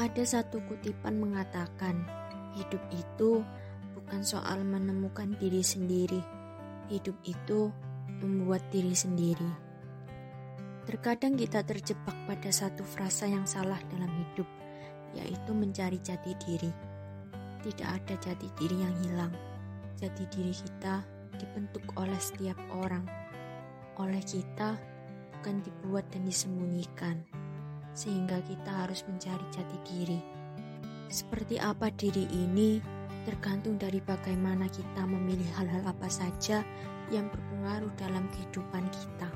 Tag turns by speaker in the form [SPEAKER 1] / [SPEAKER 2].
[SPEAKER 1] Ada satu kutipan mengatakan, hidup itu bukan soal menemukan diri sendiri. Hidup itu membuat diri sendiri. Terkadang kita terjebak pada satu frasa yang salah dalam hidup, yaitu mencari jati diri. Tidak ada jati diri yang hilang. Jati diri kita dibentuk oleh setiap orang. Oleh kita, bukan dibuat dan disembunyikan. Sehingga kita harus mencari jati diri. Seperti apa diri ini tergantung dari bagaimana kita memilih hal-hal apa saja yang berpengaruh dalam kehidupan kita.